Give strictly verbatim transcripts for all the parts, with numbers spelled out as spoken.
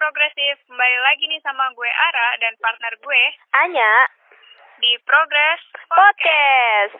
Progresif, kembali lagi nih sama gue Ara dan partner gue Anya di Progress Podcast.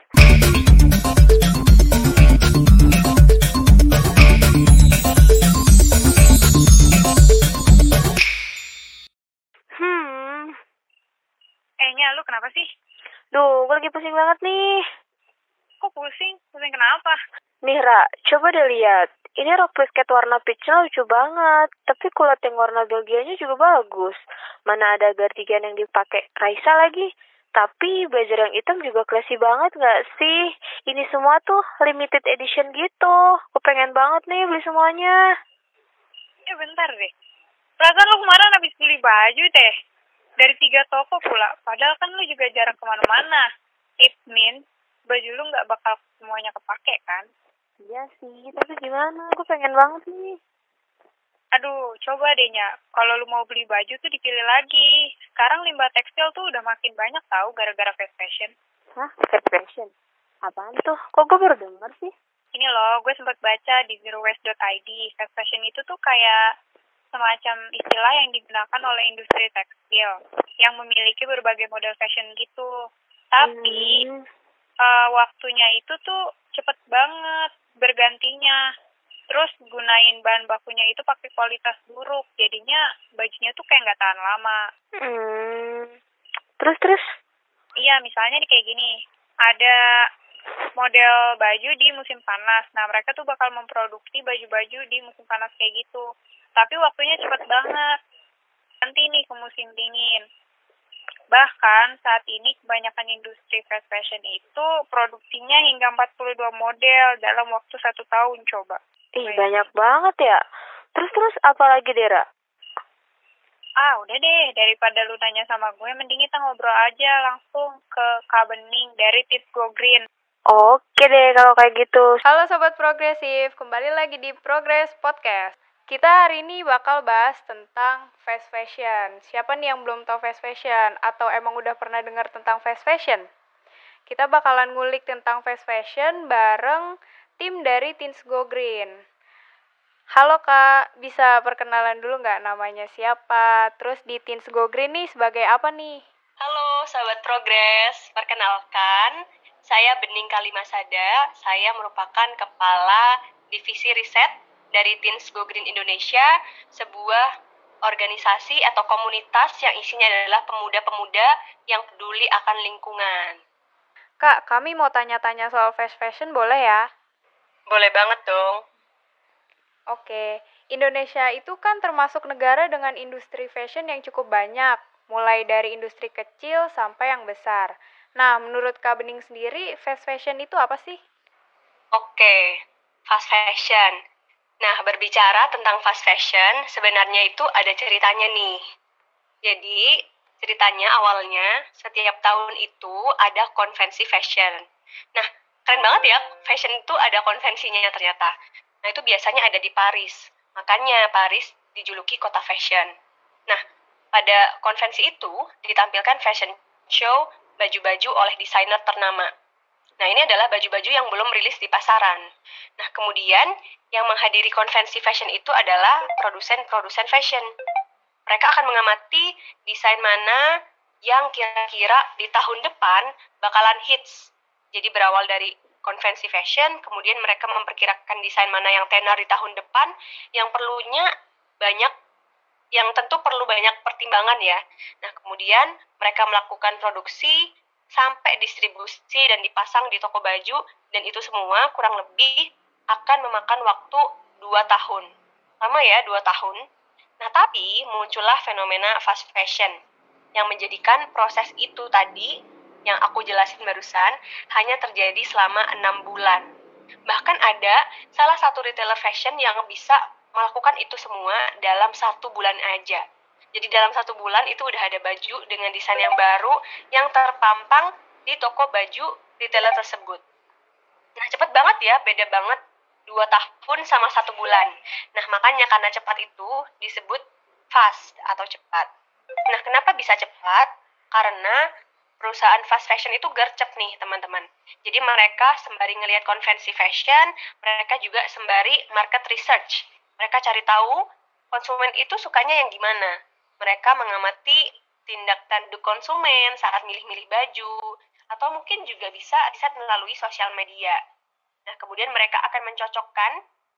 Hmm, Eh, Nya, lu kenapa sih? duh, gue lagi pusing banget nih. Kok pusing? Pusing kenapa? Nih, Ra, coba deh lihat. Ini rok basket warna peachnya lucu banget. Tapi kulit yang warna Belgianya juga bagus. Mana ada gardigan yang dipakai Raisa lagi. Tapi belajar yang hitam juga classy banget gak sih? Ini semua tuh limited edition gitu. Gue pengen banget nih beli semuanya. Eh, bentar deh. Perasaan lu kemarin habis beli baju deh. Dari tiga toko pula. Padahal kan lu juga jarang kemana-mana. It means baju lu gak bakal semuanya kepake kan? Iya sih, tapi gimana? Gue pengen banget nih. Aduh, coba deh, Nya. Kalau lu mau beli baju tuh dipilih lagi. Sekarang limbah tekstil tuh udah makin banyak tahu gara-gara fast fashion. Hah? Fast fashion? Apaan tuh? Kok gue baru denger sih? Ini loh, gue sempat baca di zero waste dot i d. Fast fashion itu tuh kayak semacam istilah yang digunakan oleh industri tekstil yang memiliki berbagai model fashion gitu. Tapi Hmm. uh, waktunya itu tuh cepet banget bergantinya. Terus gunain bahan bakunya itu pakai kualitas buruk. Jadinya bajunya tuh kayak nggak tahan lama. Hmm. Terus terus? Iya, misalnya nih kayak gini. Ada model baju di musim panas. Nah, mereka tuh bakal memproduksi baju-baju di musim panas kayak gitu. Tapi waktunya cepet banget. Nanti nih ke musim dingin. Bahkan saat ini kebanyakan industri fast fashion itu produksinya hingga empat puluh dua model dalam waktu satu tahun coba. Ih, banyak banget ya. Terus-terus apa lagi, Dera? Ah, udah deh. Daripada lu nanya sama gue, mending kita ngobrol aja langsung ke Kak Bening dari Tips Go Green. Oke deh kalau kayak gitu. Halo Sobat Progresif, kembali lagi di Progress Podcast. Kita hari ini bakal bahas tentang fast fashion. Siapa nih yang belum tahu fast fashion? Atau emang udah pernah dengar tentang fast fashion? Kita bakalan ngulik tentang fast fashion bareng tim dari Teens Go Green. Halo Kak, bisa perkenalan dulu nggak namanya siapa? Terus di Teens Go Green nih sebagai apa nih? Halo Sobat Progress, perkenalkan saya Bening Kalimasada. Saya merupakan Kepala Divisi Riset dari Teens Go Green Indonesia, sebuah organisasi atau komunitas yang isinya adalah pemuda-pemuda yang peduli akan lingkungan. Kak, kami mau tanya-tanya soal fast fashion boleh ya? Boleh banget dong. Oke, Indonesia itu kan termasuk negara dengan industri fashion yang cukup banyak, mulai dari industri kecil sampai yang besar. Nah, menurut Kak Bening sendiri, fast fashion itu apa sih? Oke, fast fashion. Nah, berbicara tentang fast fashion, sebenarnya itu ada ceritanya nih. Jadi, ceritanya awalnya, setiap tahun itu ada konvensi fashion. Nah, keren banget ya, fashion itu ada konvensinya ternyata. Nah, itu biasanya ada di Paris. Makanya Paris dijuluki kota fashion. Nah, pada konvensi itu ditampilkan fashion show baju-baju oleh desainer ternama. Nah, ini adalah baju-baju yang belum rilis di pasaran. Nah, kemudian yang menghadiri konvensi fashion itu adalah produsen-produsen fashion. Mereka akan mengamati desain mana yang kira-kira di tahun depan bakalan hits. Jadi berawal dari konvensi fashion, kemudian mereka memperkirakan desain mana yang tenar di tahun depan, yang perlunya banyak, yang tentu perlu banyak pertimbangan ya. Nah, kemudian mereka melakukan produksi sampai distribusi dan dipasang di toko baju, dan itu semua kurang lebih akan memakan waktu dua tahun. Lama ya, dua tahun. Nah, tapi muncullah fenomena fast fashion yang menjadikan proses itu tadi yang aku jelasin barusan hanya terjadi selama enam bulan. Bahkan ada salah satu retailer fashion yang bisa melakukan itu semua dalam satu bulan aja. Jadi dalam satu bulan itu udah ada baju dengan desain yang baru yang terpampang di toko baju retailer tersebut. Nah, cepet banget ya, beda banget dua tahun sama satu bulan. Nah, makanya karena cepat itu disebut fast atau cepat. Nah, kenapa bisa cepat? Karena perusahaan fast fashion itu gercep nih, teman-teman. Jadi mereka sembari ngelihat konvensi fashion, mereka juga sembari market research. Mereka cari tahu konsumen itu sukanya yang gimana. Mereka mengamati tindak tanduk konsumen saat milih-milih baju, atau mungkin juga bisa riset melalui sosial media. Nah, kemudian mereka akan mencocokkan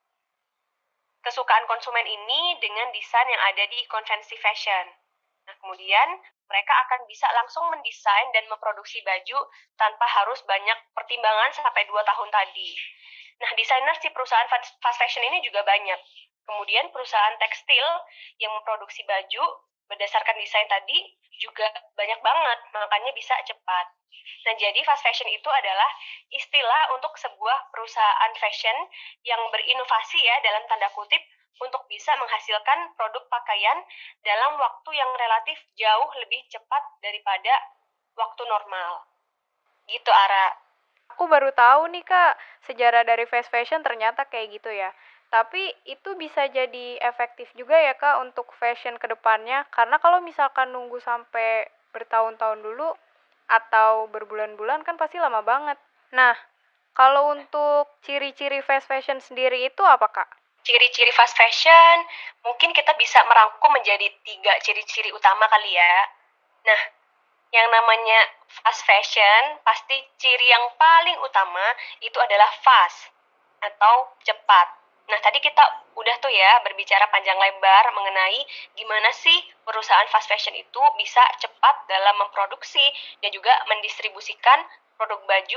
kesukaan konsumen ini dengan desain yang ada di konvensi fashion. Nah, kemudian mereka akan bisa langsung mendesain dan memproduksi baju tanpa harus banyak pertimbangan sampai dua tahun tadi. Nah, desainer si perusahaan fast fashion ini juga banyak. Kemudian perusahaan tekstil yang memproduksi baju berdasarkan desain tadi juga banyak banget, makanya bisa cepat. Nah, jadi fast fashion itu adalah istilah untuk sebuah perusahaan fashion yang berinovasi ya dalam tanda kutip untuk bisa menghasilkan produk pakaian dalam waktu yang relatif jauh lebih cepat daripada waktu normal. Gitu, Ara. Aku baru tahu nih Kak, sejarah dari fast fashion ternyata kayak gitu ya. Tapi itu bisa jadi efektif juga ya Kak untuk fashion ke depannya. Karena kalau misalkan nunggu sampai bertahun-tahun dulu atau berbulan-bulan kan pasti lama banget. Nah, kalau untuk ciri-ciri fast fashion sendiri itu apa Kak? Ciri-ciri fast fashion mungkin kita bisa merangkum menjadi tiga ciri-ciri utama kali ya. Nah, yang namanya fast fashion, pasti ciri yang paling utama itu adalah fast atau cepat. Nah, tadi kita udah tuh ya berbicara panjang lebar mengenai gimana sih perusahaan fast fashion itu bisa cepat dalam memproduksi dan juga mendistribusikan produk baju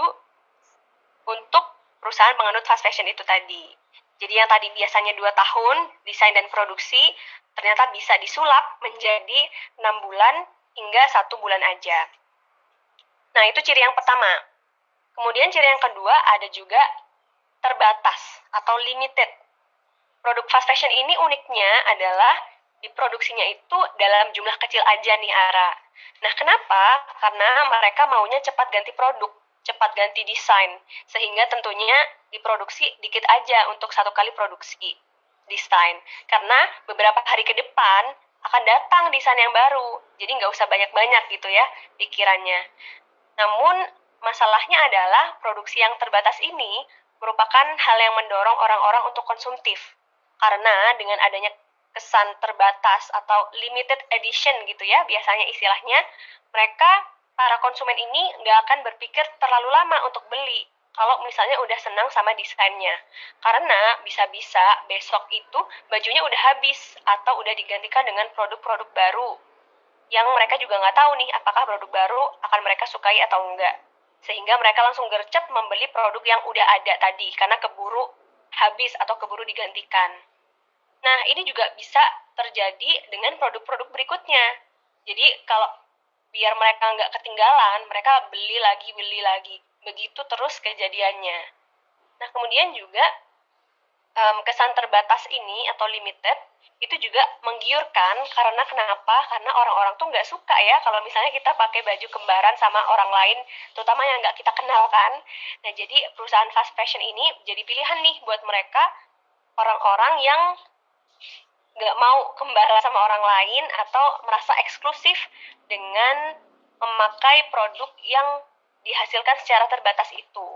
untuk perusahaan penganut fast fashion itu tadi. Jadi yang tadi biasanya dua tahun desain dan produksi, ternyata bisa disulap menjadi enam bulan hingga satu bulan aja. Nah, itu ciri yang pertama. Kemudian ciri yang kedua ada juga terbatas atau limited. Produk fast fashion ini uniknya adalah diproduksinya itu dalam jumlah kecil aja nih, Ara. Nah, kenapa? Karena mereka maunya cepat ganti produk, cepat ganti desain, sehingga tentunya diproduksi dikit aja untuk satu kali produksi desain. Karena beberapa hari ke depan akan datang desain yang baru, jadi nggak usah banyak-banyak gitu ya pikirannya. Namun, masalahnya adalah produksi yang terbatas ini merupakan hal yang mendorong orang-orang untuk konsumtif. Karena dengan adanya kesan terbatas atau limited edition gitu ya, biasanya istilahnya, mereka, para konsumen ini nggak akan berpikir terlalu lama untuk beli kalau misalnya udah senang sama desainnya. Karena bisa-bisa besok itu bajunya udah habis atau udah digantikan dengan produk-produk baru yang mereka juga nggak tahu nih apakah produk baru akan mereka sukai atau enggak. Sehingga mereka langsung gercep membeli produk yang udah ada tadi karena keburu habis atau keburu digantikan. Nah, ini juga bisa terjadi dengan produk-produk berikutnya. Jadi kalau biar mereka nggak ketinggalan, mereka beli lagi, beli lagi. Begitu terus kejadiannya. Nah, kemudian juga um, kesan terbatas ini atau limited itu juga menggiurkan karena kenapa? Karena orang-orang tuh nggak suka ya kalau misalnya kita pakai baju kembaran sama orang lain, terutama yang nggak kita kenal kan. Nah, jadi perusahaan fast fashion ini jadi pilihan nih buat mereka, orang-orang yang nggak mau kembaran sama orang lain atau merasa eksklusif dengan memakai produk yang dihasilkan secara terbatas itu.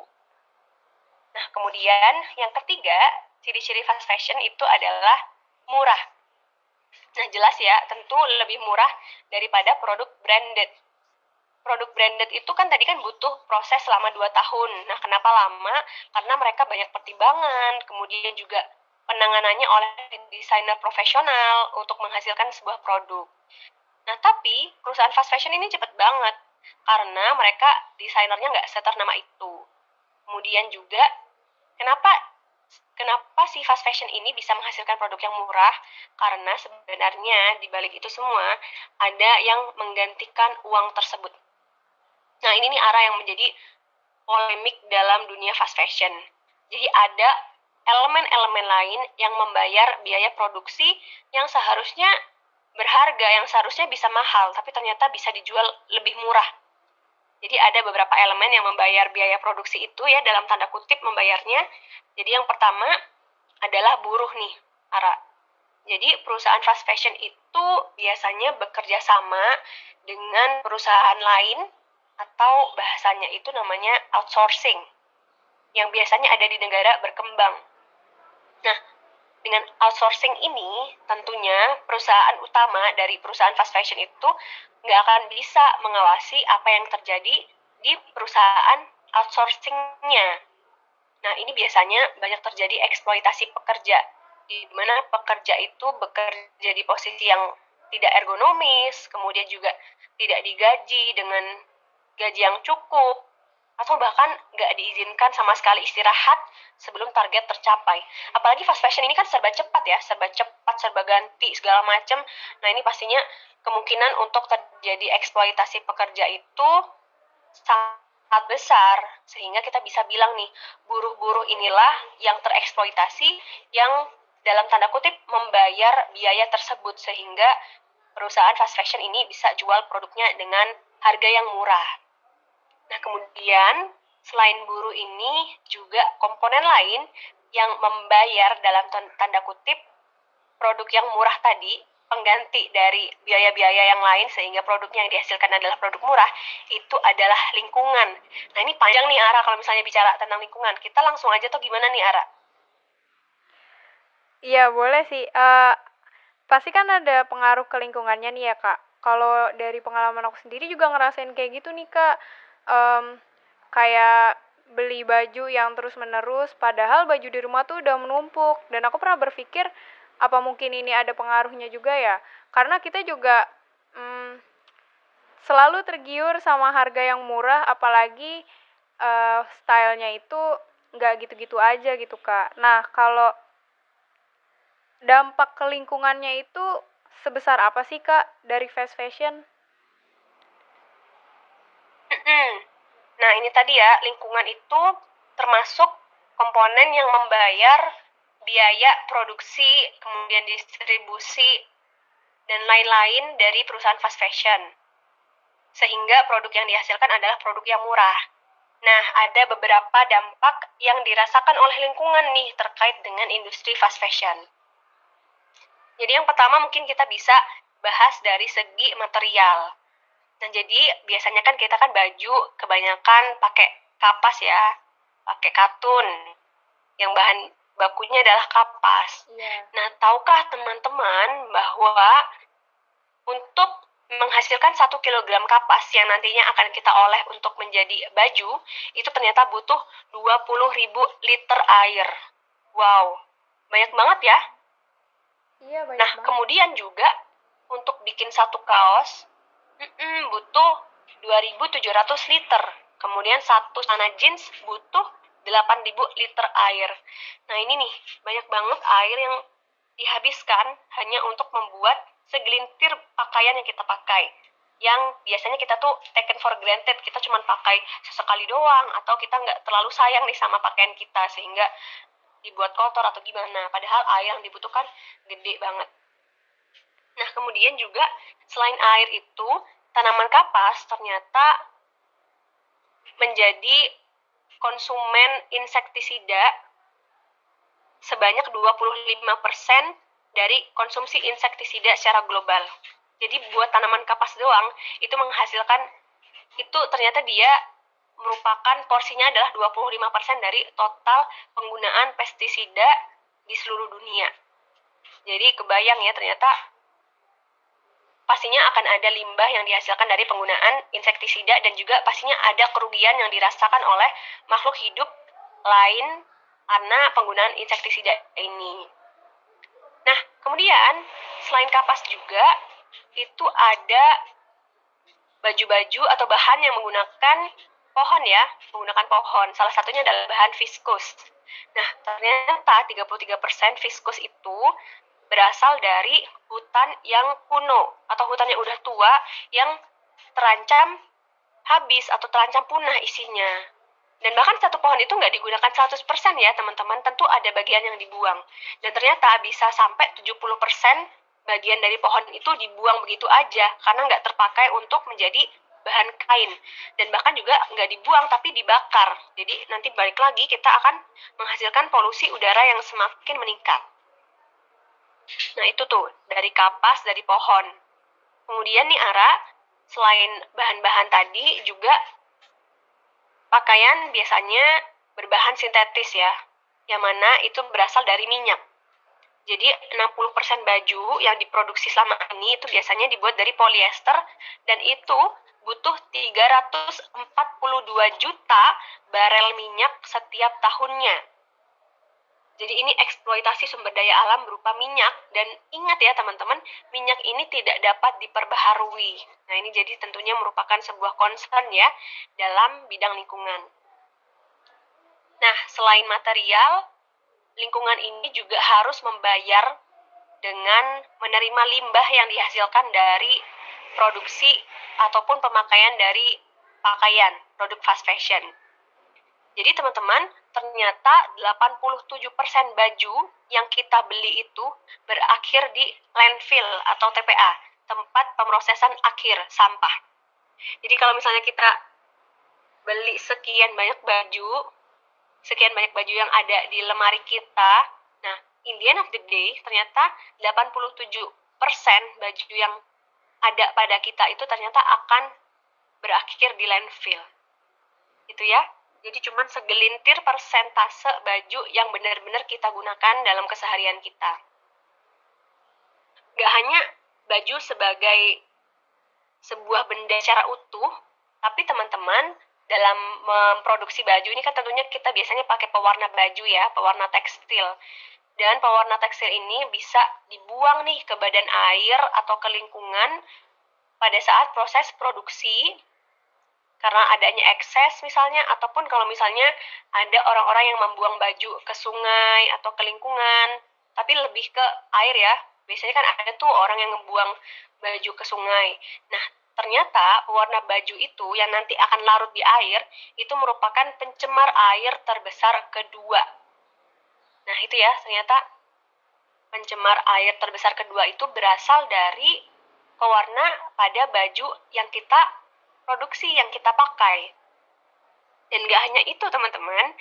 Nah, kemudian yang ketiga, ciri-ciri fast fashion itu adalah murah. Nah, jelas ya, tentu lebih murah daripada produk branded. Produk branded itu kan tadi kan butuh proses selama dua tahun. Nah, kenapa lama? Karena mereka banyak pertimbangan, kemudian juga penanganannya oleh desainer profesional untuk menghasilkan sebuah produk. Nah, tapi perusahaan fast fashion ini cepat banget, karena mereka desainernya nggak seternama itu. Kemudian juga, kenapa Kenapa si fast fashion ini bisa menghasilkan produk yang murah? Karena sebenarnya di balik itu semua ada yang menggantikan uang tersebut. Nah, ini nih arah yang menjadi polemik dalam dunia fast fashion. Jadi ada elemen-elemen lain yang membayar biaya produksi yang seharusnya berharga, yang seharusnya bisa mahal, tapi ternyata bisa dijual lebih murah. Jadi ada beberapa elemen yang membayar biaya produksi itu ya, dalam tanda kutip membayarnya. Jadi yang pertama adalah buruh nih, Ara. Jadi perusahaan fast fashion itu biasanya bekerja sama dengan perusahaan lain atau bahasanya itu namanya outsourcing, yang biasanya ada di negara berkembang. Nah, Dengan outsourcing ini, tentunya perusahaan utama dari perusahaan fast fashion itu nggak akan bisa mengawasi apa yang terjadi di perusahaan outsourcing-nya. Nah, ini biasanya banyak terjadi eksploitasi pekerja, di mana pekerja itu bekerja di posisi yang tidak ergonomis, kemudian juga tidak digaji dengan gaji yang cukup, atau bahkan nggak diizinkan sama sekali istirahat sebelum target tercapai. Apalagi fast fashion ini kan serba cepat ya, serba cepat, serba ganti, segala macam. Nah, ini pastinya kemungkinan untuk terjadi eksploitasi pekerja itu sangat besar, sehingga kita bisa bilang nih, buruh-buruh inilah yang tereksploitasi, yang dalam tanda kutip membayar biaya tersebut, sehingga perusahaan fast fashion ini bisa jual produknya dengan harga yang murah. Nah, kemudian selain buruh ini juga komponen lain yang membayar dalam tanda kutip produk yang murah tadi, pengganti dari biaya-biaya yang lain sehingga produknya yang dihasilkan adalah produk murah, itu adalah lingkungan. Nah, ini panjang nih Ara kalau misalnya bicara tentang lingkungan. Kita langsung aja tuh gimana nih Ara? Iya, boleh sih. Uh, pasti kan ada pengaruh ke lingkungannya nih ya, Kak. Kalau dari pengalaman aku sendiri juga ngerasain kayak gitu nih, Kak. Um, kayak beli baju yang terus-menerus, padahal baju di rumah tuh udah menumpuk. Dan aku pernah berpikir, apa mungkin ini ada pengaruhnya juga ya? Karena kita juga um, selalu tergiur sama harga yang murah, apalagi uh, stylenya itu nggak gitu-gitu aja gitu, Kak. Nah, kalau dampak ke lingkungannya itu sebesar apa sih, Kak, dari fast fashion? Nah, ini tadi ya, lingkungan itu termasuk komponen yang membayar biaya produksi, kemudian distribusi, dan lain-lain dari perusahaan fast fashion. Sehingga produk yang dihasilkan adalah produk yang murah. Nah, ada beberapa dampak yang dirasakan oleh lingkungan nih terkait dengan industri fast fashion. Jadi yang pertama mungkin kita bisa bahas dari segi material. Nah, jadi biasanya kan kita kan baju kebanyakan pakai kapas ya, pakai katun, yang bahan bakunya adalah kapas. Yeah. Nah, tahukah teman-teman bahwa untuk menghasilkan satu kilogram kapas yang nantinya akan kita olah untuk menjadi baju, itu ternyata butuh dua puluh ribu liter air. Wow, banyak banget ya. Iya, banyak nah, banget. Kemudian juga untuk bikin satu kaos, Mm-mm, butuh dua ribu tujuh ratus liter. Kemudian satu celana jeans butuh delapan ribu liter air. Nah, ini nih, banyak banget air yang dihabiskan hanya untuk membuat segelintir pakaian yang kita pakai. Yang biasanya kita tuh taken for granted, kita cuma pakai sesekali doang, atau kita nggak terlalu sayang nih sama pakaian kita, sehingga dibuat kotor atau gimana. Padahal air yang dibutuhkan gede banget. Nah, kemudian juga selain air itu, tanaman kapas ternyata menjadi konsumen insektisida sebanyak dua puluh lima persen dari konsumsi insektisida secara global. Jadi buat tanaman kapas doang, itu menghasilkan, itu ternyata dia merupakan porsinya adalah dua puluh lima persen dari total penggunaan pestisida di seluruh dunia. Jadi kebayang ya, ternyata pastinya akan ada limbah yang dihasilkan dari penggunaan insektisida, dan juga pastinya ada kerugian yang dirasakan oleh makhluk hidup lain karena penggunaan insektisida ini. Nah, kemudian selain kapas juga itu ada baju-baju atau bahan yang menggunakan pohon ya, menggunakan pohon. Salah satunya adalah bahan viskus. Nah, ternyata tiga puluh tiga persen viskus itu berasal dari hutan yang kuno atau hutan yang udah tua yang terancam habis atau terancam punah isinya. Dan bahkan satu pohon itu nggak digunakan seratus persen ya teman-teman, tentu ada bagian yang dibuang. Dan ternyata bisa sampai tujuh puluh persen bagian dari pohon itu dibuang begitu aja karena nggak terpakai untuk menjadi bahan kain. Dan bahkan juga nggak dibuang tapi dibakar. Jadi nanti balik lagi kita akan menghasilkan polusi udara yang semakin meningkat. Nah, itu tuh dari kapas, dari pohon. Kemudian nih Ara, selain bahan-bahan tadi juga pakaian biasanya berbahan sintetis ya, yang mana itu berasal dari minyak. Jadi enam puluh persen baju yang diproduksi selama ini itu biasanya dibuat dari polyester dan itu butuh tiga ratus empat puluh dua juta barel minyak setiap tahunnya. Jadi ini eksploitasi sumber daya alam berupa minyak dan ingat ya teman-teman, minyak ini tidak dapat diperbaharui. Nah, ini jadi tentunya merupakan sebuah concern ya dalam bidang lingkungan. Nah, selain material, lingkungan ini juga harus membayar dengan menerima limbah yang dihasilkan dari produksi ataupun pemakaian dari pakaian, produk fast fashion. Jadi teman-teman, ternyata delapan puluh tujuh persen baju yang kita beli itu berakhir di landfill atau T P A, tempat pemrosesan akhir sampah. Jadi kalau misalnya kita beli sekian banyak baju, sekian banyak baju yang ada di lemari kita, nah, in the end of the day, ternyata delapan puluh tujuh persen baju yang ada pada kita itu ternyata akan berakhir di landfill. Itu ya. Jadi cuma segelintir persentase baju yang benar-benar kita gunakan dalam keseharian kita. Gak hanya baju sebagai sebuah benda secara utuh, tapi teman-teman dalam memproduksi baju ini kan tentunya kita biasanya pakai pewarna baju ya, pewarna tekstil. Dan pewarna tekstil ini bisa dibuang nih ke badan air atau ke lingkungan pada saat proses produksi karena adanya ekses misalnya, ataupun kalau misalnya ada orang-orang yang membuang baju ke sungai atau ke lingkungan, tapi lebih ke air ya. Biasanya kan ada tuh orang yang ngebuang baju ke sungai. Nah, ternyata pewarna baju itu yang nanti akan larut di air, itu merupakan pencemar air terbesar kedua. Nah, itu ya, ternyata pencemar air terbesar kedua itu berasal dari pewarna pada baju yang kita produksi, yang kita pakai. Dan gak hanya itu teman-teman,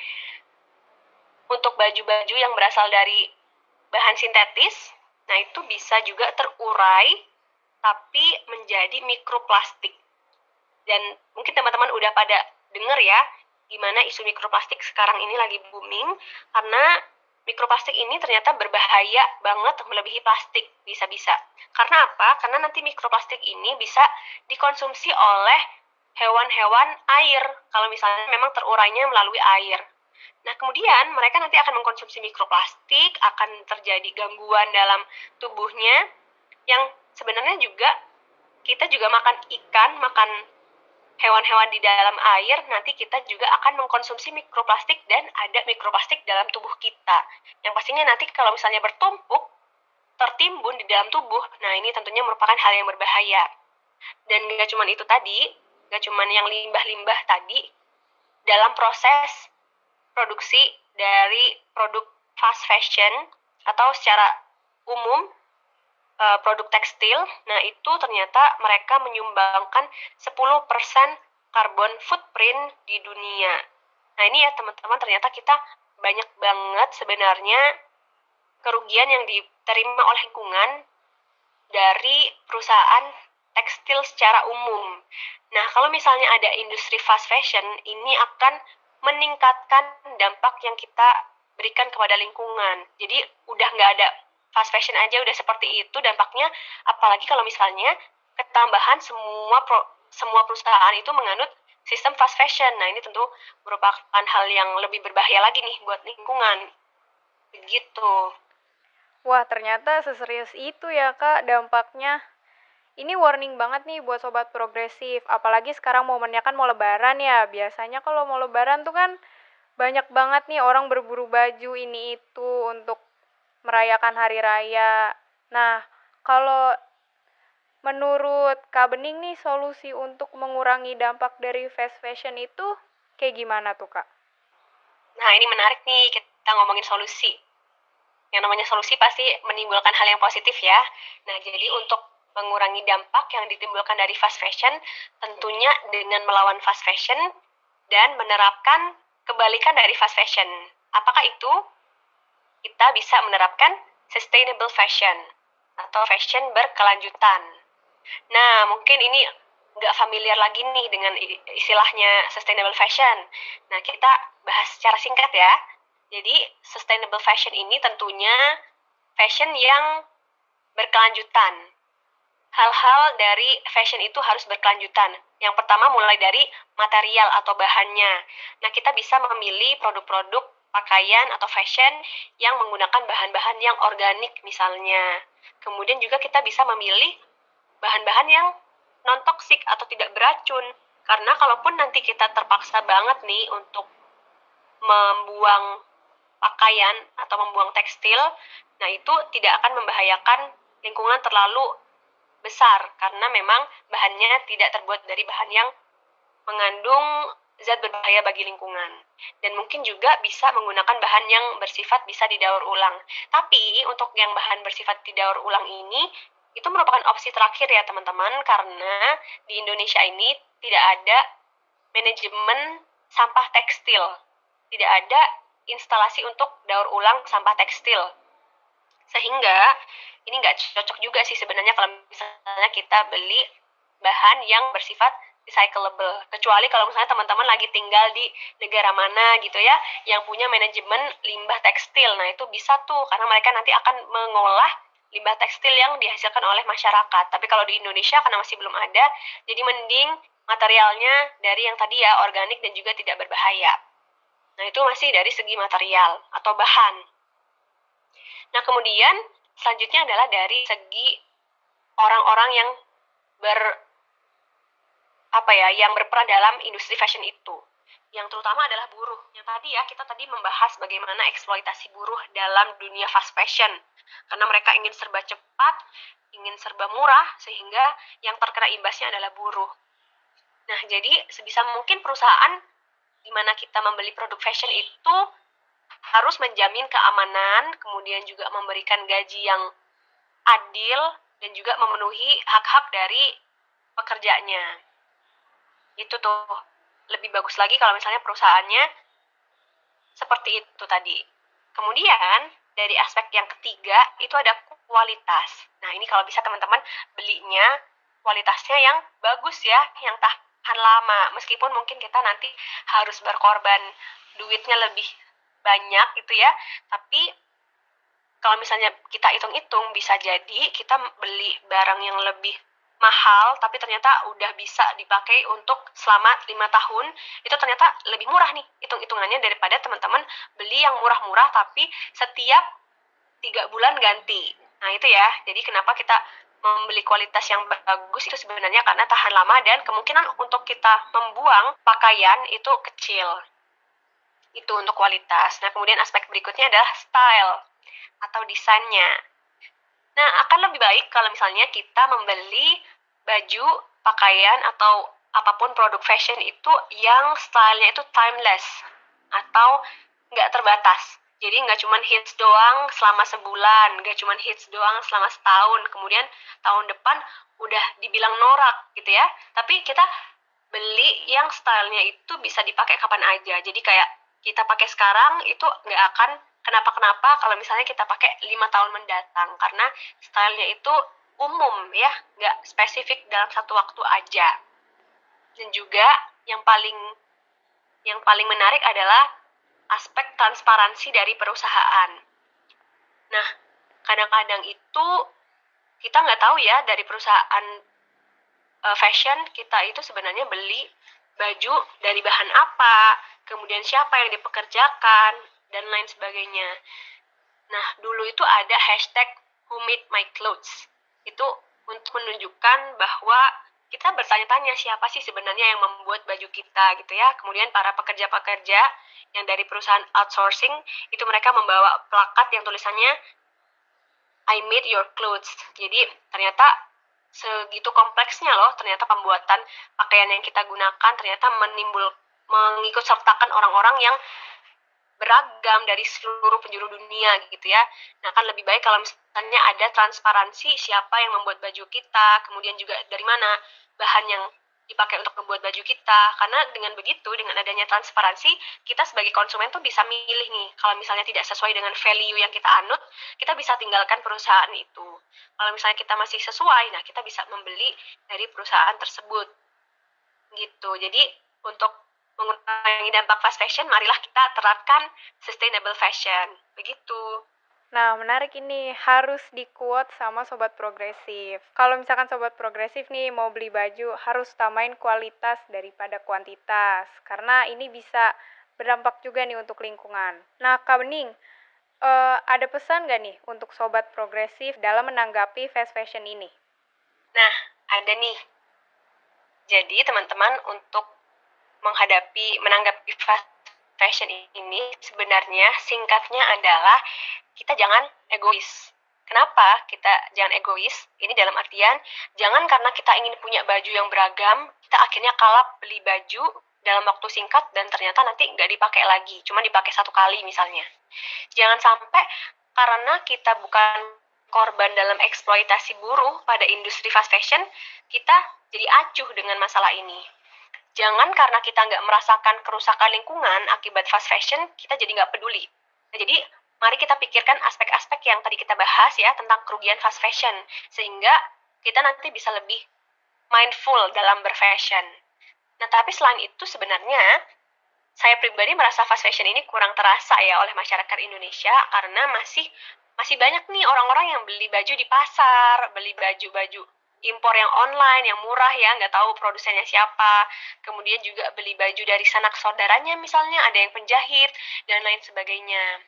untuk baju-baju yang berasal dari bahan sintetis, nah itu bisa juga terurai tapi menjadi mikroplastik. Dan mungkin teman-teman udah pada denger ya, gimana isu mikroplastik sekarang ini lagi booming, karena mikroplastik ini ternyata berbahaya banget melebihi plastik, bisa-bisa. Karena apa? Karena nanti mikroplastik ini bisa dikonsumsi oleh hewan-hewan air, kalau misalnya memang terurainya melalui air. Nah, kemudian mereka nanti akan mengkonsumsi mikroplastik, akan terjadi gangguan dalam tubuhnya, yang sebenarnya juga kita juga makan ikan, makan hewan-hewan di dalam air, nanti kita juga akan mengkonsumsi mikroplastik dan ada mikroplastik dalam tubuh kita. Yang pastinya nanti kalau misalnya bertumpuk, tertimbun di dalam tubuh, nah ini tentunya merupakan hal yang berbahaya. Dan gak cuma itu tadi, gak cuma yang limbah-limbah tadi, dalam proses produksi dari produk fast fashion atau secara umum produk tekstil, nah itu ternyata mereka menyumbangkan sepuluh persen carbon footprint di dunia. Nah ini ya teman-teman, ternyata kita banyak banget sebenarnya kerugian yang diterima oleh lingkungan dari perusahaan tekstil secara umum. Nah kalau misalnya ada industri fast fashion, ini akan meningkatkan dampak yang kita berikan kepada lingkungan. Jadi udah nggak ada fast fashion aja udah seperti itu dampaknya, apalagi kalau misalnya ketambahan semua pro, semua perusahaan itu menganut sistem fast fashion. Nah ini tentu merupakan hal yang lebih berbahaya lagi nih buat lingkungan. Begitu. Wah, ternyata seserius itu ya Kak dampaknya. Ini warning banget nih buat sobat progresif, apalagi sekarang momennya kan mau lebaran ya. Biasanya kalau mau lebaran tuh kan banyak banget nih orang berburu baju ini itu untuk merayakan hari raya. Nah, kalau menurut Kak Bening nih solusi untuk mengurangi dampak dari fast fashion itu kayak gimana tuh Kak? Nah, ini menarik nih kita ngomongin solusi. Yang namanya solusi pasti menimbulkan hal yang positif ya. Nah, jadi untuk mengurangi dampak yang ditimbulkan dari fast fashion, tentunya dengan melawan fast fashion dan menerapkan kebalikan dari fast fashion. Apakah itu? Kita bisa menerapkan sustainable fashion atau fashion berkelanjutan. Nah, mungkin ini nggak familiar lagi nih dengan istilahnya sustainable fashion. Nah, kita bahas secara singkat ya. Jadi, sustainable fashion ini tentunya fashion yang berkelanjutan. Hal-hal dari fashion itu harus berkelanjutan. Yang pertama mulai dari material atau bahannya. Nah, kita bisa memilih produk-produk pakaian atau fashion yang menggunakan bahan-bahan yang organik misalnya. Kemudian juga kita bisa memilih bahan-bahan yang non-toksik atau tidak beracun. Karena kalaupun nanti kita terpaksa banget nih untuk membuang pakaian atau membuang tekstil, nah itu tidak akan membahayakan lingkungan terlalu besar karena memang bahannya tidak terbuat dari bahan yang mengandung zat berbahaya bagi lingkungan. Dan mungkin juga bisa menggunakan bahan yang bersifat bisa didaur ulang. Tapi untuk yang bahan bersifat didaur ulang ini, itu merupakan opsi terakhir ya teman-teman, karena di Indonesia ini tidak ada manajemen sampah tekstil. Tidak ada instalasi untuk daur ulang sampah tekstil. Sehingga ini nggak cocok juga sih sebenarnya kalau misalnya kita beli bahan yang bersifat recyclable. Kecuali kalau misalnya teman-teman lagi tinggal di negara mana gitu ya, yang punya manajemen limbah tekstil. Nah itu bisa tuh, karena mereka nanti akan mengolah limbah tekstil yang dihasilkan oleh masyarakat. Tapi kalau di Indonesia karena masih belum ada, jadi mending materialnya dari yang tadi ya, organik dan juga tidak berbahaya. Nah itu masih dari segi material atau bahan. Nah kemudian selanjutnya adalah dari segi orang-orang yang ber apa ya, yang berperan dalam industri fashion itu. Yang terutama adalah buruh. Yang tadi ya, kita tadi membahas bagaimana eksploitasi buruh dalam dunia fast fashion. Karena mereka ingin serba cepat, ingin serba murah, sehingga yang terkena imbasnya adalah buruh. Nah, jadi sebisa mungkin perusahaan di mana kita membeli produk fashion itu harus menjamin keamanan, kemudian juga memberikan gaji yang adil, dan juga memenuhi hak-hak dari pekerjanya. Itu tuh lebih bagus lagi kalau misalnya perusahaannya seperti itu tadi. Kemudian dari aspek yang ketiga itu ada kualitas. Nah ini kalau bisa teman-teman belinya kualitasnya yang bagus ya, yang tahan lama. Meskipun mungkin kita nanti harus berkorban duitnya lebih banyak gitu ya, tapi kalau misalnya kita hitung-hitung bisa jadi kita beli barang yang lebih mahal, tapi ternyata udah bisa dipakai untuk selama lima tahun, itu ternyata lebih murah nih hitung-hitungannya daripada teman-teman beli yang murah-murah tapi setiap tiga bulan ganti. Nah itu ya, jadi kenapa kita membeli kualitas yang bagus itu sebenarnya karena tahan lama dan kemungkinan untuk kita membuang pakaian itu kecil. Itu untuk kualitas. Nah kemudian aspek berikutnya adalah style atau desainnya. Nah, akan lebih baik kalau misalnya kita membeli baju, pakaian, atau apapun produk fashion itu yang stylenya itu timeless atau nggak terbatas. Jadi nggak cuma hits doang selama sebulan, nggak cuma hits doang selama setahun, kemudian tahun depan udah dibilang norak gitu ya. Tapi kita beli yang stylenya itu bisa dipakai kapan aja. Jadi kayak kita pakai sekarang itu nggak akan kenapa-kenapa kalau misalnya kita pakai lima tahun mendatang, karena stylenya itu umum ya, nggak spesifik dalam satu waktu aja. Dan juga yang paling yang paling menarik adalah aspek transparansi dari perusahaan. Nah, kadang-kadang itu kita nggak tahu ya dari perusahaan uh, fashion kita itu sebenarnya beli baju dari bahan apa, kemudian siapa yang dipekerjakan, dan lain sebagainya. Nah, dulu itu ada hashtag Who Made My Clothes. Itu untuk menunjukkan bahwa kita bertanya-tanya siapa sih sebenarnya yang membuat baju kita gitu ya. Kemudian para pekerja-pekerja yang dari perusahaan outsourcing, itu mereka membawa plakat yang tulisannya I made your clothes. Jadi ternyata segitu kompleksnya loh, ternyata pembuatan pakaian yang kita gunakan ternyata menimbul mengikut sertakan orang-orang yang beragam dari seluruh penjuru dunia gitu ya. Nah kan lebih baik kalau misalnya ada transparansi siapa yang membuat baju kita, kemudian juga dari mana bahan yang dipakai untuk membuat baju kita. Karena dengan begitu, dengan adanya transparansi, kita sebagai konsumen tuh bisa milih nih, kalau misalnya tidak sesuai dengan value yang kita anut, kita bisa tinggalkan perusahaan itu. Kalau misalnya kita masih sesuai, nah kita bisa membeli dari perusahaan tersebut. Gitu. Jadi untuk mengurangi dampak fast fashion, marilah kita terapkan sustainable fashion. Begitu. Nah, menarik ini, harus di-quote sama Sobat Progresif. Kalau misalkan Sobat Progresif nih mau beli baju, harus utamain kualitas daripada kuantitas. Karena ini bisa berdampak juga nih untuk lingkungan. Nah, Kak Bening, eh, ada pesan nggak nih untuk Sobat Progresif dalam menanggapi fast fashion ini? Nah, ada nih. Jadi teman-teman untuk menghadapi, menanggapi fast fashion ini sebenarnya singkatnya adalah kita jangan egois. Kenapa kita jangan egois? Ini dalam artian, jangan karena kita ingin punya baju yang beragam, kita akhirnya kalap beli baju dalam waktu singkat dan ternyata nanti nggak dipakai lagi, cuma dipakai satu kali misalnya. Jangan sampai karena kita bukan korban dalam eksploitasi buruh pada industri fast fashion, kita jadi acuh dengan masalah ini. Jangan karena kita nggak merasakan kerusakan lingkungan akibat fast fashion, kita jadi nggak peduli. Nah, jadi mari kita pikirkan aspek-aspek yang tadi kita bahas ya tentang kerugian fast fashion, sehingga kita nanti bisa lebih mindful dalam berfashion. Nah, tapi selain itu sebenarnya saya pribadi merasa fast fashion ini kurang terasa ya oleh masyarakat Indonesia karena masih masih banyak nih orang-orang yang beli baju di pasar, beli baju-baju impor yang online, yang murah ya, nggak tahu produsennya siapa. Kemudian juga beli baju dari sanak saudaranya misalnya, ada yang penjahit, dan lain sebagainya.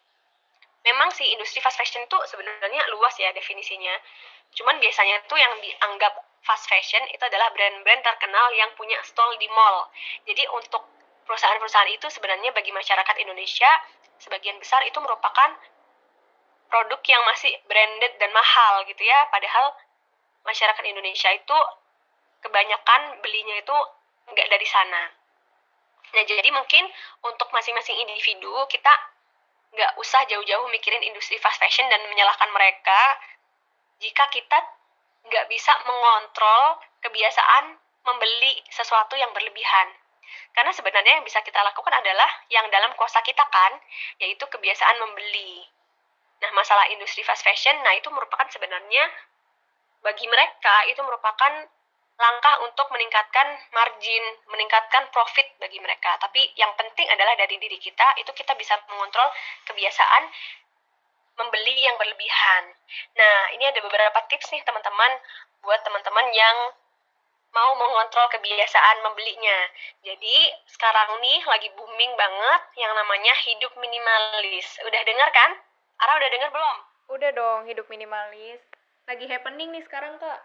Memang sih industri fast fashion itu sebenarnya luas ya definisinya. Cuman biasanya tuh yang dianggap fast fashion itu adalah brand-brand terkenal yang punya stall di mall. Jadi untuk perusahaan-perusahaan itu sebenarnya bagi masyarakat Indonesia, sebagian besar itu merupakan produk yang masih branded dan mahal gitu ya. Padahal masyarakat Indonesia itu kebanyakan belinya itu nggak dari sana. Nah, jadi mungkin untuk masing-masing individu, kita nggak usah jauh-jauh mikirin industri fast fashion dan menyalahkan mereka jika kita nggak bisa mengontrol kebiasaan membeli sesuatu yang berlebihan. Karena sebenarnya yang bisa kita lakukan adalah yang dalam kuasa kita kan, yaitu kebiasaan membeli. Nah, masalah industri fast fashion, nah itu merupakan sebenarnya bagi mereka itu merupakan langkah untuk meningkatkan margin, meningkatkan profit bagi mereka. Tapi yang penting adalah dari diri kita, itu kita bisa mengontrol kebiasaan membeli yang berlebihan. Nah, ini ada beberapa tips nih teman-teman, buat teman-teman yang mau mengontrol kebiasaan membelinya. Jadi, sekarang nih lagi booming banget yang namanya hidup minimalis. Udah dengar kan? Ara udah dengar belum? Udah dong, hidup minimalis. Lagi happening nih sekarang, Kak.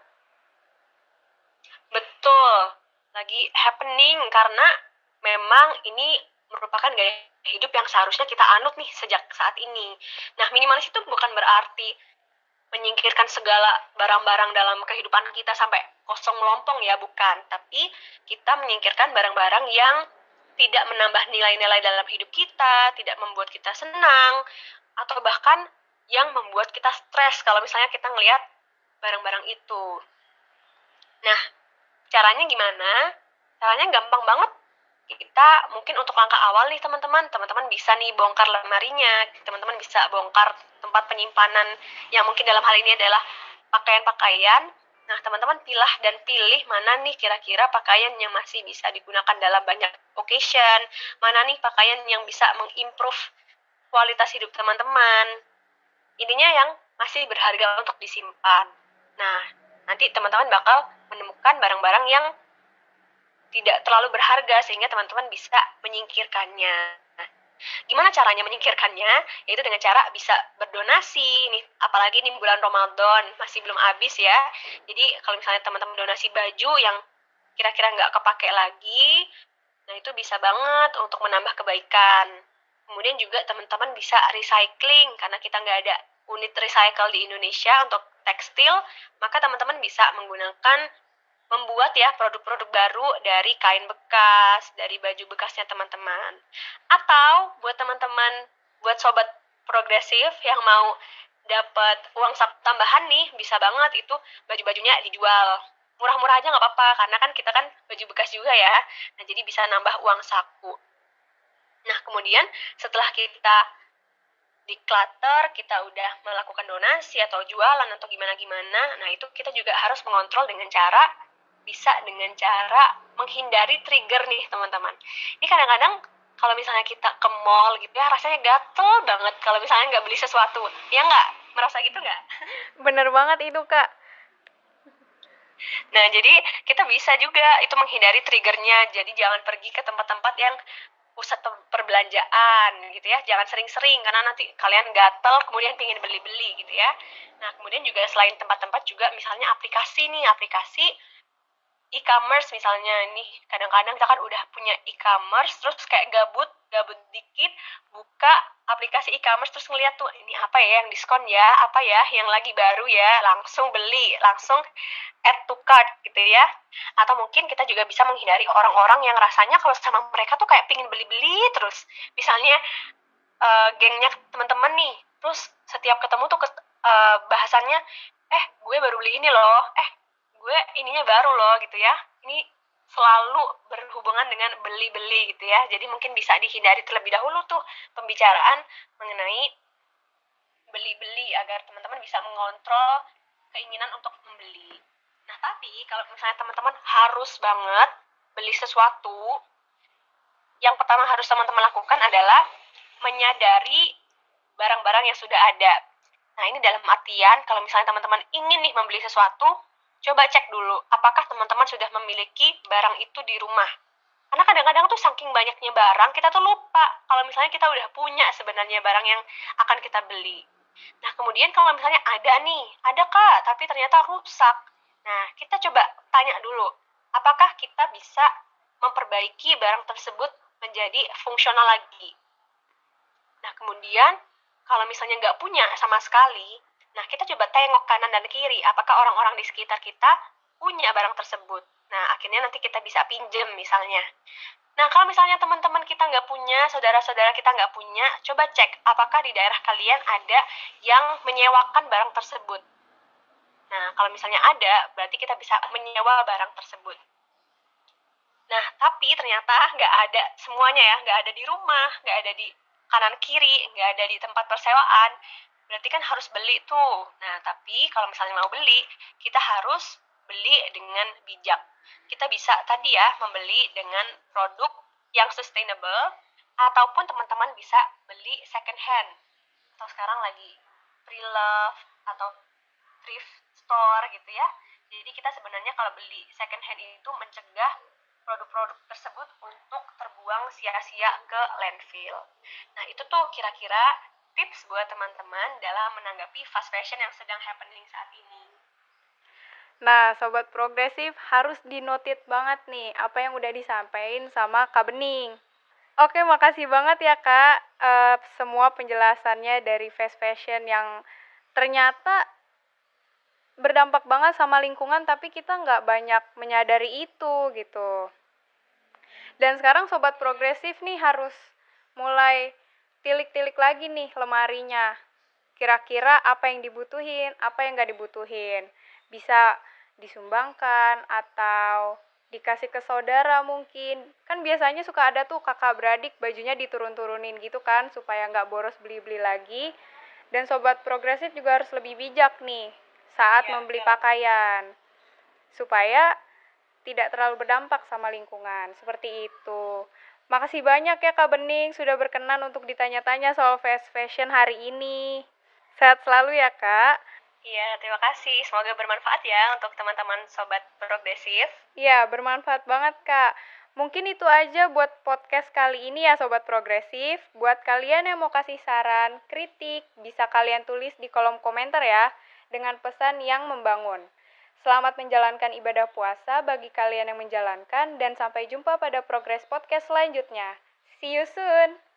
Betul, lagi happening karena memang ini merupakan gaya hidup yang seharusnya kita anut nih sejak saat ini. Nah, minimalis itu bukan berarti menyingkirkan segala barang-barang dalam kehidupan kita sampai kosong melompong ya, bukan. Tapi kita menyingkirkan barang-barang yang tidak menambah nilai-nilai dalam hidup kita, tidak membuat kita senang, atau bahkan yang membuat kita stres kalau misalnya kita ngelihat barang-barang itu. Nah, caranya gimana? Caranya gampang banget. Kita mungkin untuk langkah awal nih teman-teman, teman-teman bisa nih bongkar lemarinya, teman-teman bisa bongkar tempat penyimpanan yang mungkin dalam hal ini adalah pakaian-pakaian. Nah, teman-teman pilah dan pilih mana nih kira-kira pakaian yang masih bisa digunakan dalam banyak occasion, mana nih pakaian yang bisa mengimprove kualitas hidup teman-teman. Intinya yang masih berharga untuk disimpan. Nah, nanti teman-teman bakal menemukan barang-barang yang tidak terlalu berharga sehingga teman-teman bisa menyingkirkannya. Nah, gimana caranya menyingkirkannya? Yaitu dengan cara bisa berdonasi. Nih, apalagi nih bulan Ramadan masih belum habis ya. Jadi kalau misalnya teman-teman donasi baju yang kira-kira nggak kepake lagi, nah itu bisa banget untuk menambah kebaikan. Kemudian juga teman-teman bisa recycling karena kita nggak ada unit recycle di Indonesia untuk tekstil, maka teman-teman bisa menggunakan membuat ya produk-produk baru dari kain bekas, dari baju bekasnya teman-teman. Atau buat teman-teman, buat sobat progresif yang mau dapat uang saku tambahan nih, bisa banget itu baju-bajunya dijual. Murah-murah aja nggak apa-apa, karena kan kita kan baju bekas juga ya. Nah, jadi bisa nambah uang saku. Nah, kemudian setelah kita declutter, kita udah melakukan donasi atau jualan atau gimana-gimana, nah itu kita juga harus mengontrol dengan cara, bisa dengan cara menghindari trigger nih teman-teman. Ini kadang-kadang kalau misalnya kita ke mall gitu ya, rasanya gatel banget kalau misalnya nggak beli sesuatu. Ya nggak? Merasa gitu nggak? Bener banget itu, Kak. Nah, jadi kita bisa juga itu menghindari triggernya. Jadi jangan pergi ke tempat-tempat yang pusat perbelanjaan gitu ya. Jangan sering-sering karena nanti kalian gatel kemudian pengen beli-beli gitu ya. Nah, kemudian juga selain tempat-tempat juga misalnya aplikasi nih, aplikasi e-commerce misalnya nih. Kadang-kadang kita kan udah punya e-commerce terus kayak gabut, gabut dikit buka aplikasi e-commerce terus ngeliat tuh ini apa ya yang diskon ya, apa ya yang lagi baru ya, langsung beli, langsung add to cart gitu ya. Atau mungkin kita juga bisa menghindari orang-orang yang rasanya kalau sama mereka tuh kayak pingin beli-beli terus. Misalnya uh, gengnya teman-teman nih, terus setiap ketemu tuh ke, uh, bahasannya, eh gue baru beli ini loh, eh gue ininya baru loh gitu ya. Ini selalu berhubungan dengan beli-beli gitu ya. Jadi mungkin bisa dihindari terlebih dahulu tuh pembicaraan mengenai beli-beli agar teman-teman bisa mengontrol keinginan untuk membeli. Nah, tapi kalau misalnya teman-teman harus banget beli sesuatu, yang pertama harus teman-teman lakukan adalah menyadari barang-barang yang sudah ada. Nah, ini dalam artian kalau misalnya teman-teman ingin nih membeli sesuatu, coba cek dulu apakah teman-teman sudah memiliki barang itu di rumah. Karena kadang-kadang tuh saking banyaknya barang, kita tuh lupa kalau misalnya kita udah punya sebenarnya barang yang akan kita beli. Nah, kemudian kalau misalnya ada nih, ada Kak, tapi ternyata rusak. Nah, kita coba tanya dulu, apakah kita bisa memperbaiki barang tersebut menjadi fungsional lagi. Nah, kemudian kalau misalnya nggak punya sama sekali, nah kita coba tengok kanan dan kiri, apakah orang-orang di sekitar kita punya barang tersebut. Nah, akhirnya nanti kita bisa pinjem misalnya. Nah, kalau misalnya teman-teman kita nggak punya, saudara-saudara kita nggak punya, coba cek apakah di daerah kalian ada yang menyewakan barang tersebut. Nah, kalau misalnya ada, berarti kita bisa menyewa barang tersebut. Nah, tapi ternyata nggak ada semuanya ya, nggak ada di rumah, nggak ada di kanan kiri, nggak ada di tempat persewaan. Berarti kan harus beli tuh. Nah, tapi kalau misalnya mau beli, kita harus beli dengan bijak. Kita bisa tadi ya, membeli dengan produk yang sustainable, ataupun teman-teman bisa beli second hand. Atau sekarang lagi pre-love, atau thrift store gitu ya. Jadi kita sebenarnya kalau beli second hand itu mencegah produk-produk tersebut untuk terbuang sia-sia ke landfill. Nah, itu tuh kira-kira tips buat teman-teman dalam menanggapi fast fashion yang sedang happening saat ini. Nah, Sobat Progresif harus dinotit banget nih apa yang udah disampaikan sama Kak Bening. Oke, makasih banget ya Kak, uh, semua penjelasannya dari fast fashion yang ternyata berdampak banget sama lingkungan, tapi kita nggak banyak menyadari itu gitu. Dan sekarang Sobat Progresif nih harus mulai tilik-tilik lagi nih lemarinya. Kira-kira apa yang dibutuhin, apa yang nggak dibutuhin. Bisa disumbangkan atau dikasih ke saudara mungkin. Kan biasanya suka ada tuh kakak beradik bajunya diturun-turunin gitu kan, supaya nggak boros beli-beli lagi. Dan Sobat Progresif juga harus lebih bijak nih saat ya, membeli ya. pakaian, supaya tidak terlalu berdampak sama lingkungan. Seperti itu. Makasih banyak ya Kak Bening sudah berkenan untuk ditanya-tanya soal fast fashion hari ini. Sehat selalu ya Kak. Iya, terima kasih. Semoga bermanfaat ya untuk teman-teman Sobat Progresif. Iya, bermanfaat banget Kak. Mungkin itu aja buat podcast kali ini ya Sobat Progresif. Buat kalian yang mau kasih saran, kritik, bisa kalian tulis di kolom komentar ya, dengan pesan yang membangun. Selamat menjalankan ibadah puasa bagi kalian yang menjalankan, dan sampai jumpa pada Progress Podcast selanjutnya. See you soon!